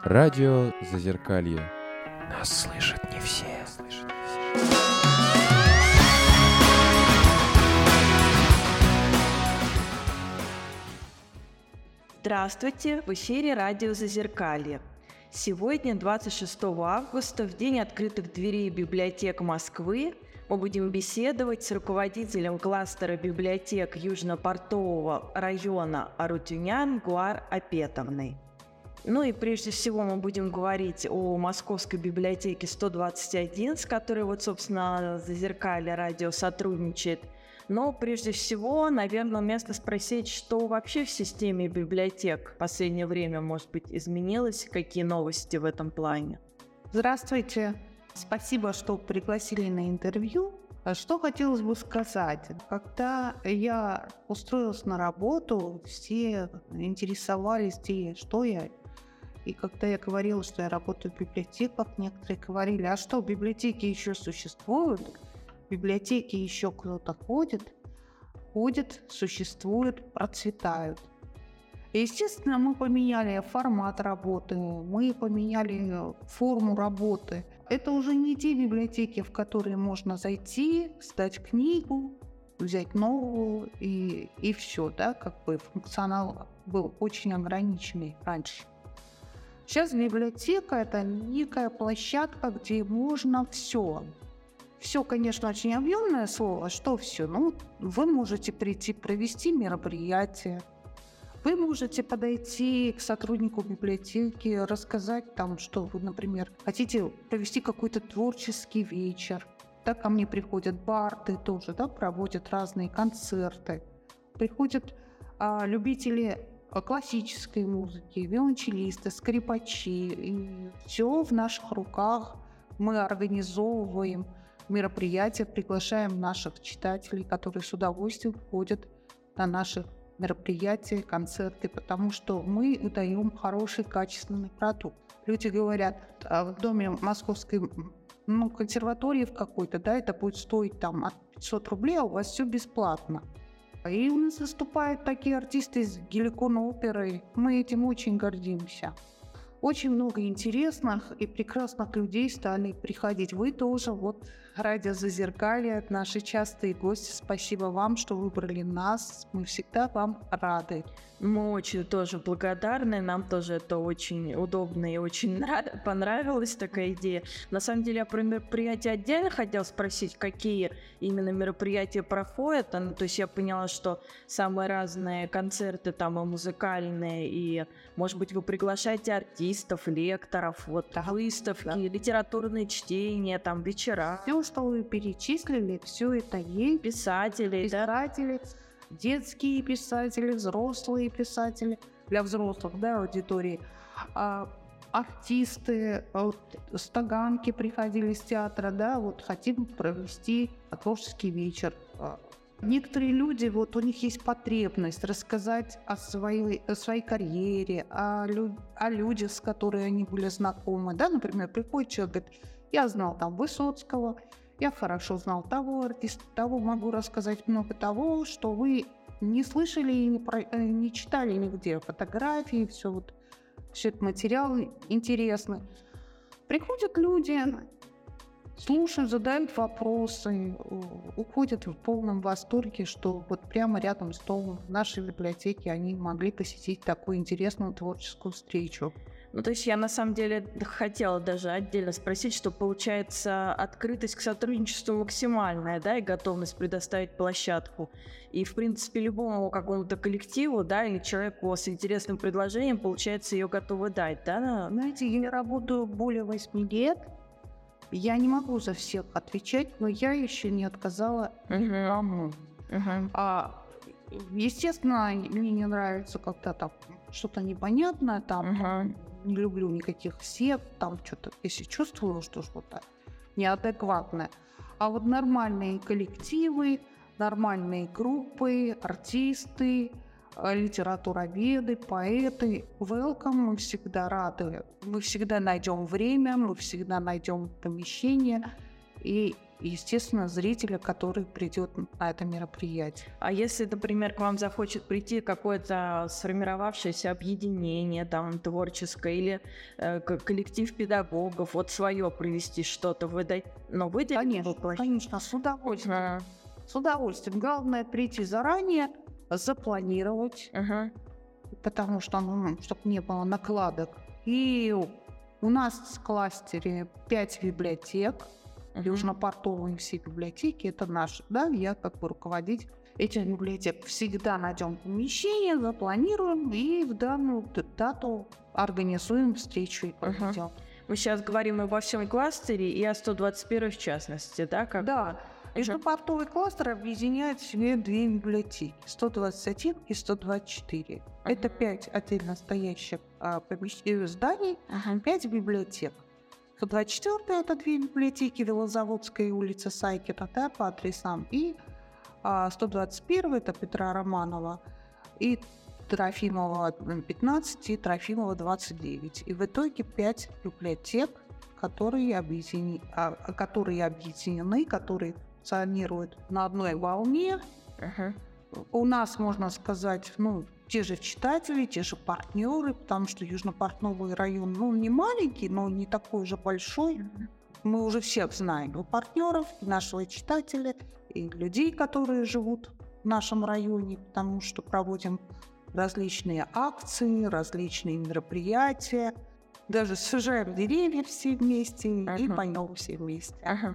Радио Зазеркалье. Нас слышат не все. Здравствуйте! В эфире радио Зазеркалье. Сегодня, 26 августа, в День открытых дверей библиотек Москвы, мы будем беседовать с руководителем кластера библиотек Южно-Портового района Арутюнян Гуар Апетовной. Ну и прежде всего мы будем говорить о Московской библиотеке 121, с которой, собственно, Зазеркалье радио сотрудничает. Но прежде всего, наверное, уместно спросить, что вообще в системе библиотек в последнее время, может быть, изменилось, какие новости в этом плане? Здравствуйте. Спасибо, что пригласили на интервью. Что хотелось бы сказать? Когда я устроилась на работу, все интересовались, что я. И когда я говорила, что я работаю в библиотеках, некоторые говорили, а что, библиотеки еще существуют? В библиотеки еще кто-то ходит, существуют, процветают. И, естественно, мы поменяли формат работы, мы поменяли форму работы. Это уже не те библиотеки, в которые можно зайти, сдать книгу, взять новую и все, да, функционал был очень ограниченный раньше. Сейчас библиотека – это некая площадка, где можно все. Все, конечно, очень объемное слово. Что все? Вы можете прийти провести мероприятие. Вы можете подойти к сотруднику библиотеки, рассказать что вы, например, хотите провести какой-то творческий вечер. Да, ко мне приходят барды тоже, да, проводят разные концерты. Приходят любители классической музыки, виолончелисты, скрипачи. И все в наших руках. Мы организовываем мероприятия, приглашаем наших читателей, которые с удовольствием ходят на наши мероприятия, концерты, потому что мы даем хороший, качественный продукт. Люди говорят, в доме Московской консерватории в какой-то, да, это будет стоить от 500 рублей, а у вас все бесплатно. И у нас выступают такие артисты из Геликона оперы. Мы этим очень гордимся. Очень много интересных и прекрасных людей стали приходить. Вы тоже, радио Зазеркалье, наши частые гости. Спасибо вам, что выбрали нас. Мы всегда вам рады. Мы очень тоже благодарны. Нам тоже это очень удобно и очень понравилась такая идея. На самом деле, я про мероприятия отдельно хотела спросить, какие именно мероприятия проходят. То есть я поняла, что самые разные концерты и музыкальные, и, может быть, вы приглашаете артистов, лекторов, выставки, литературные чтения, вечера. Все, что вы перечислили, все это есть. Писатели, детские писатели, взрослые писатели, для взрослых, аудитории, артисты, с Таганки приходили с театра, хотим провести творческий вечер. Некоторые люди, у них есть потребность рассказать о своей карьере, о людях, с которыми они были знакомы. Например, приходит человек, говорит, я знал Высоцкого, я хорошо знал того артиста, того могу рассказать много того, что вы не слышали и не читали нигде. Фотографии, все этот материал интересный. Приходят люди, слушают, задают вопросы, уходят в полном восторге, что прямо рядом с домом в нашей библиотеке они могли посетить такую интересную творческую встречу. То есть я на самом деле хотела даже отдельно спросить, что получается открытость к сотрудничеству максимальная, и готовность предоставить площадку. И, в принципе, любому какому-то коллективу, или человеку с интересным предложением, получается, ее готовы дать, да? Знаете, я работаю более 8 лет. Я не могу за всех отвечать, но я еще не отказала никому. Естественно, мне не нравится когда что-то непонятное, не люблю никаких сект, что-то, если чувствую, что что-то неадекватное. А нормальные коллективы, нормальные группы, артисты, литературоведы, поэты, welcome, мы всегда рады. Мы всегда найдем время, мы всегда найдем помещение. И естественно, зрителя, который придет на это мероприятие. А если, например, к вам захочет прийти какое-то сформировавшееся объединение там творческое или коллектив педагогов, вот свое провести что-то, Конечно, с удовольствием. С удовольствием. Главное прийти заранее, запланировать, потому что, чтобы не было накладок. И у нас в кластере 5 библиотек, южнопортовые все библиотеки, это наши, да, я как бы руководитель этих библиотек. Всегда найдем помещение, запланируем и в данную дату организуем встречу и проведем. Мы сейчас говорим обо всем кластере и о 121 в частности, да? Да. Южнопортовый кластер объединяет в себе 2 библиотеки, 121 и 124. Это 5 отдельно стоящих зданий, 5 библиотек. 124 это 2 библиотеки, Велозаводская и улица Сайкина, да, по адресам. И 121 это Петра Романова и Трофимова 15 и Трофимова 29. И в итоге 5 библиотек, которые объединены, которые функционируют на одной волне. У нас, можно сказать, те же читатели, те же партнеры, потому что Южнопортовый район, не маленький, но не такой уже большой. Мы уже всех знаем, и партнеров, и нашего читателя, и людей, которые живут в нашем районе, потому что проводим различные акции, различные мероприятия. Даже сажаем деревья все вместе и поем все вместе.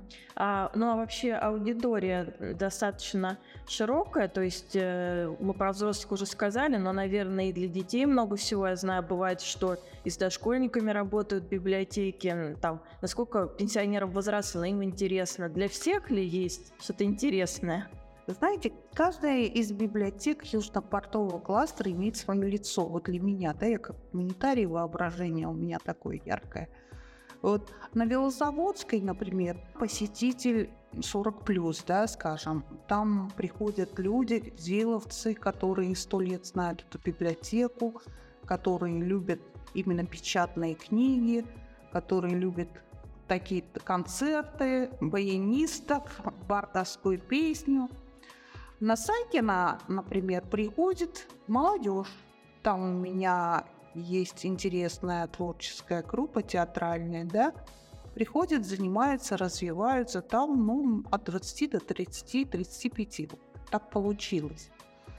А вообще аудитория достаточно широкая, то есть мы про взрослых уже сказали, но, наверное, и для детей много всего. Я знаю, бывает, что и с дошкольниками работают библиотеки. Там, насколько пенсионерам возрастным интересно, для всех ли есть что-то интересное? Знаете, каждая из библиотек Южнопортового кластера имеет свое лицо. Вот для меня, да, я как гуманитарий, воображение у меня такое яркое. Вот на Велозаводской, например, посетитель 40+, да, скажем, там приходят люди, зиловцы, которые 100 лет знают эту библиотеку, которые любят именно печатные книги, которые любят такие концерты, баянистов, бардовскую песню. На Сайкина, например, приходит молодежь. Там у меня есть интересная творческая группа театральная, да. Приходят, занимаются, развиваются. Там, от 20 до 30-35. Так получилось.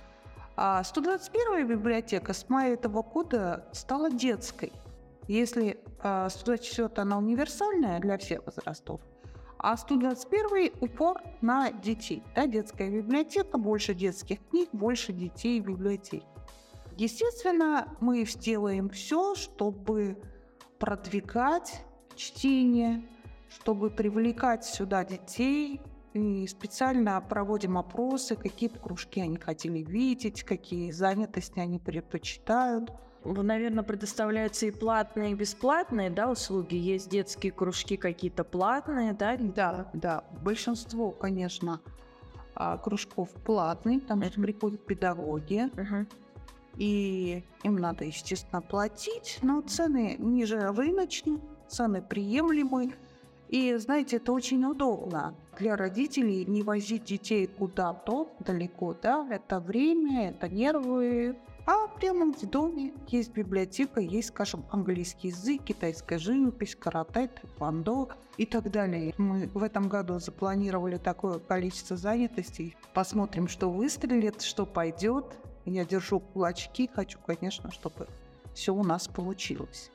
А 121-я библиотека с мая этого года стала детской. Если 124-я, она универсальная для всех возрастов, а 121-й упор на детей. Да, детская библиотека, больше детских книг, больше детей в библиотеке. Естественно, мы сделаем все, чтобы продвигать чтение, чтобы привлекать сюда детей. И специально проводим опросы, какие кружки они хотели видеть, какие занятости они предпочитают. Наверное, предоставляются и платные, и бесплатные, да, услуги. Есть детские кружки какие-то платные, да? Да. Большинство, конечно, кружков платные, потому что приходят педагоги, и им надо, естественно, платить, но цены ниже рыночных, цены приемлемые. И, знаете, это очень удобно для родителей не возить детей куда-то далеко, да, это время, это нервы. А прямо в доме есть библиотека, есть, скажем, английский язык, китайская живопись, карате, тэквондо и так далее. Мы в этом году запланировали такое количество занятостей. Посмотрим, что выстрелит, что пойдет. Я держу кулачки, хочу, конечно, чтобы все у нас получилось.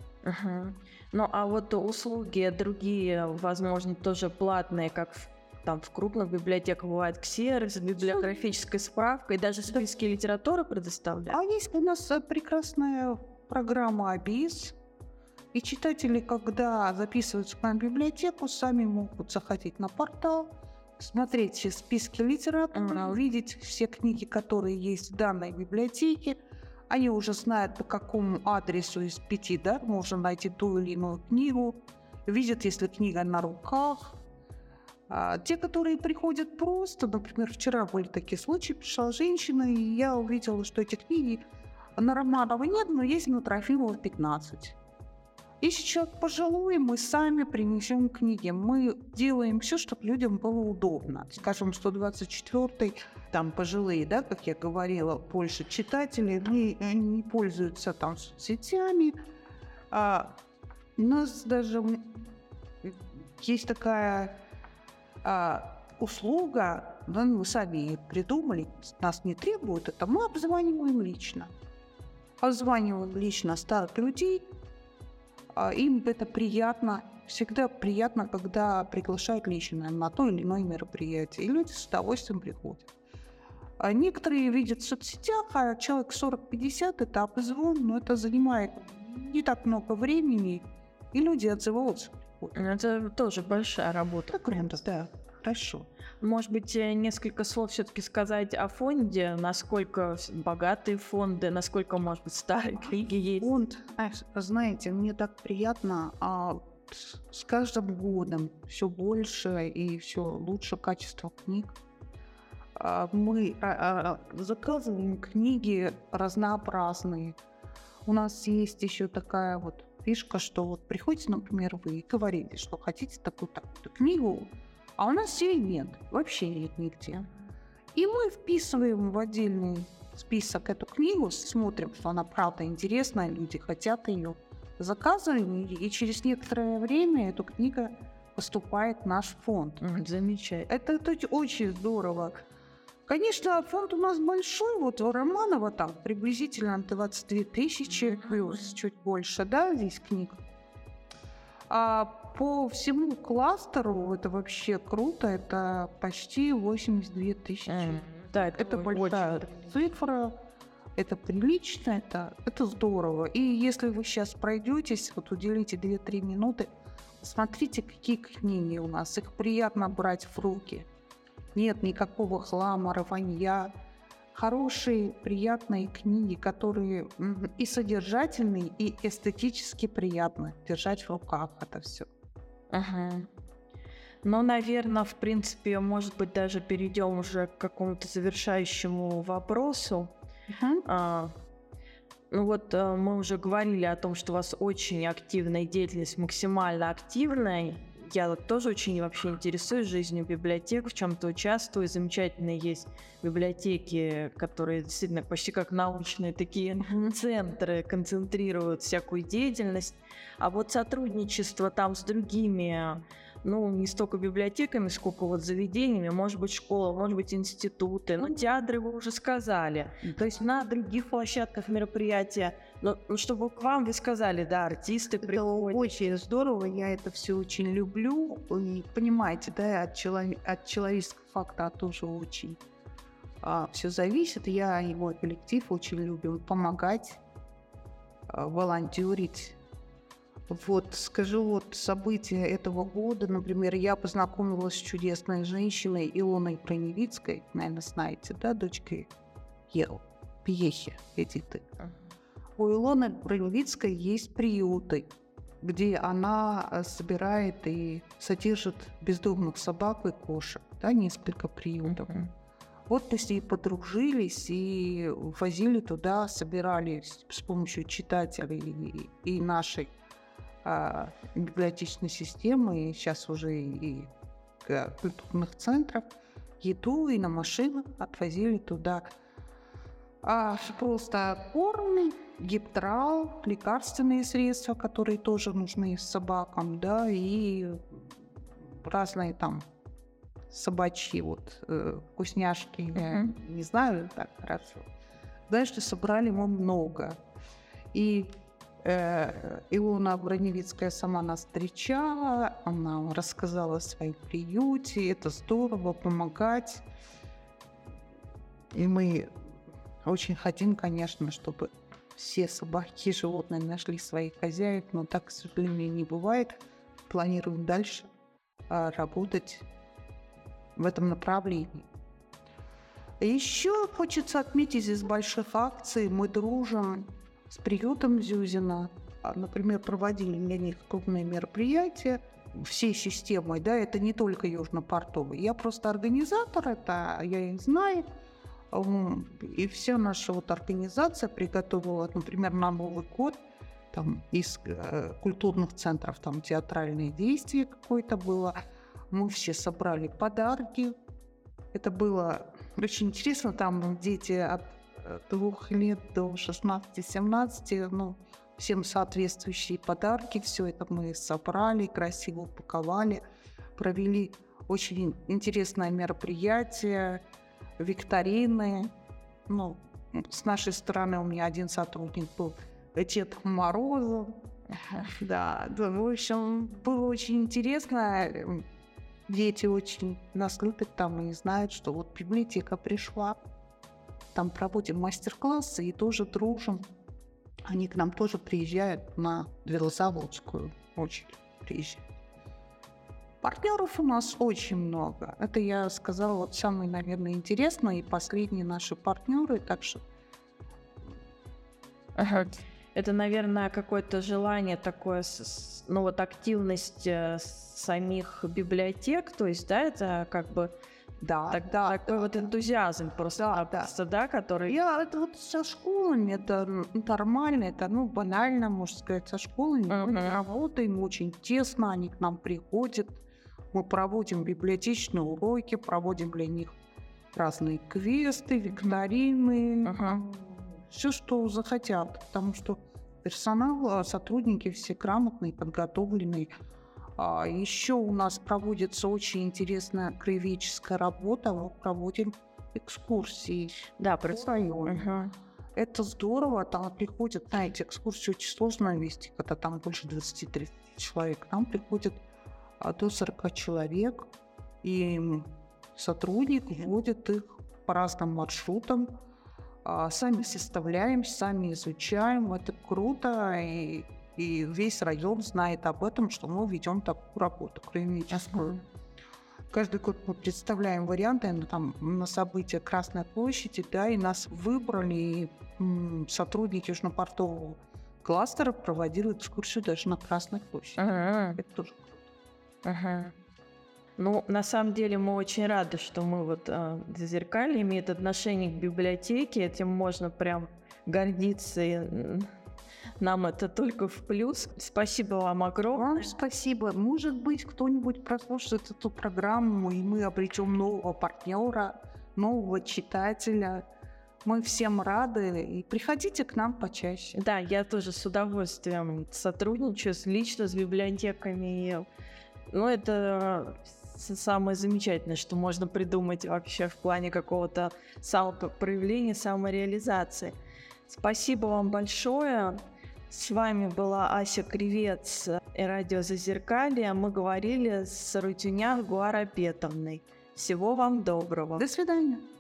А вот услуги другие, возможно, тоже платные, как в крупных библиотеках бывает ксерокс, библиографическая справка и даже списки литературы предоставляют. А есть у нас прекрасная программа АБИС. И читатели, когда записываются к нам в библиотеку, сами могут заходить на портал, смотреть все списки литературы, увидеть все книги, которые есть в данной библиотеке. Они уже знают, по какому адресу из 5, да, можно найти ту или иную книгу, видят, если книга на руках. А те, которые приходят просто, например, вчера были такие случаи, пришла женщина, и я увидела, что эти книги на Романова нет, но есть на Трофимова 15. Если человек пожилой, мы сами принесем книги. Мы делаем все, чтобы людям было удобно. Скажем, 124-й, там пожилые, да, как я говорила, больше читателей, не пользуются там соцсетями. У нас даже есть такая услуга, да, мы сами ее придумали, нас не требуют, это мы обзваниваем лично. Обзваниваем лично старых людей, им это приятно, всегда приятно, когда приглашают лично на то или иное мероприятие, и люди с удовольствием приходят. А некоторые видят в соцсетях, а человек 40-50 это обзвон, но это занимает не так много времени, и люди отзываются. Это тоже большая работа. Так, Ренда, да, хорошо. Может быть, несколько слов все-таки сказать о фонде, насколько богатые фонды, насколько, может быть, старые книги есть. Фонд, знаете, мне так приятно, с каждым годом все больше и все лучше качество книг. Мы заказываем книги разнообразные. У нас есть еще такая вот фишка, что вот приходите, например, вы и говорите, что хотите такую-то книгу, а у нас ее нет, вообще нет нигде. И мы вписываем в отдельный список эту книгу, смотрим, что она правда интересная, люди хотят ее, заказываем, и через некоторое время эта книга поступает в наш фонд. Замечательно. Это очень здорово. Конечно, фонд у нас большой, вот у Романова там приблизительно 22 тысячи, плюс чуть больше, да, здесь книг. А по всему кластеру это вообще круто, это почти 82 тысячи. Да, это большая цифра, это прилично, это здорово. И если вы сейчас пройдетесь, вот уделите 2-3 минуты, смотрите, какие книги у нас, их приятно брать в руки. Нет никакого хлама, рванья. Хорошие, приятные книги, которые и содержательные, и эстетически приятны держать в руках это все. Ну, наверное, в принципе, может быть, даже перейдем уже к какому-то завершающему вопросу. Ну вот мы уже говорили о том, что у вас очень активная деятельность, максимально активная. Я вот тоже очень вообще интересуюсь жизнью библиотек, в чем-то участвую. Замечательные есть библиотеки, которые действительно почти как научные такие центры концентрируют всякую деятельность. А вот сотрудничество там с другими, ну, не столько библиотеками, сколько вот заведениями, может быть, школа, может быть, институты, ну, театры вы уже сказали. То есть на других площадках мероприятия, ну, чтобы к вам вы сказали, да, артисты приходят. Это очень здорово, я это все очень люблю. И понимаете, да, от человеческого фактора тоже очень все зависит. Я и мой коллектив очень любим помогать, волонтерить. Вот, скажу, вот события этого года, например, я познакомилась с чудесной женщиной Илоной Броневицкой, наверное, знаете, да, дочкой Пьехи Эдиты. У Илоны Броневицкой есть приюты, где она собирает и содержит бездомных собак и кошек, да, несколько приютов. Вот мы с ней подружились и возили туда, собирали с помощью читателей и нашей библиотечной системы, и сейчас уже и культурных центров, еду и на машинах отвозили туда. Просто корм, гиптрал, лекарственные средства, которые тоже нужны собакам, да, и разные там собачьи вот вкусняшки, не знаю, так хорошо. Знаешь, что собрали мы много. И Илона Броневицкая сама нас встречала, она рассказала о своем приюте, это здорово, помогать. И мы очень хотим, конечно, чтобы все собаки и животные нашли своих хозяев, но так, к сожалению, не бывает. Планируем дальше работать в этом направлении. Еще хочется отметить из больших акций, мы дружим с приютом Зюзина. Например, проводили для них крупные мероприятия всей системой, да, это не только Южно-Портовый. Я просто организатор, это я их знаю. И вся наша вот организация приготовила, например, на Новый год там из культурных центров, там театральные действия какое-то было. Мы все собрали подарки. Это было очень интересно. Там дети от 2 лет до 16-17, ну, всем соответствующие подарки. Все это мы собрали, красиво упаковали, провели очень интересное мероприятие, викторины. Ну, с нашей стороны у меня один сотрудник был Дед Морозов. Да, в общем, было очень интересно. Дети очень нас любят там и знают, что вот библиотека пришла. Там проводим мастер-классы и тоже дружим. Они к нам тоже приезжают на Белозаводскую. Очень приезжают. Партнеров у нас очень много. Это я сказала вот самые, наверное, интересные и последние наши партнеры. Так что это, наверное, какое-то желание такое, ну вот активность самих библиотек, то есть, да, это как бы такой вот энтузиазм просто, да, который... Это вот со школами, это нормально, это, ну, банально, можно сказать, со школами мы работаем очень тесно, они к нам приходят, мы проводим библиотечные уроки, проводим для них разные квесты, викторины, все, что захотят, потому что персонал, сотрудники все грамотные, подготовленные. Еще у нас проводится очень интересная краеведческая работа, мы проводим экскурсии. Да, по району. Это здорово, там приходят, знаете, экскурсии очень сложно вести, когда там больше 20-30 человек. К нам приходят до 40 человек, и сотрудник вводит их по разным маршрутам. Сами составляем, сами изучаем, это круто, и весь район знает об этом, что мы ведем такую работу краеведческую. Каждый год мы представляем варианты там, на события Красной площади, да, и нас выбрали, и сотрудники Южно-Портового кластера проводили экскурсию даже на Красной площади. Это тоже круто. Ну, на самом деле мы очень рады, что мы вот Зазеркалье имеет отношение к библиотеке, этим можно прям гордиться, и нам это только в плюс. Спасибо вам огромное. Вам спасибо. Может быть, кто-нибудь прослушает эту программу, и мы обретем нового партнера, нового читателя. Мы всем рады, и приходите к нам почаще. Да, я тоже с удовольствием сотрудничаю лично с библиотеками. Ну, это самое замечательное, что можно придумать вообще в плане какого-то самопроявления, самореализации. Спасибо вам большое. С вами была Ася Кривец и радио Зазеркалье. Мы говорили с Рутюнян Гуарапетовной. Всего вам доброго. До свидания.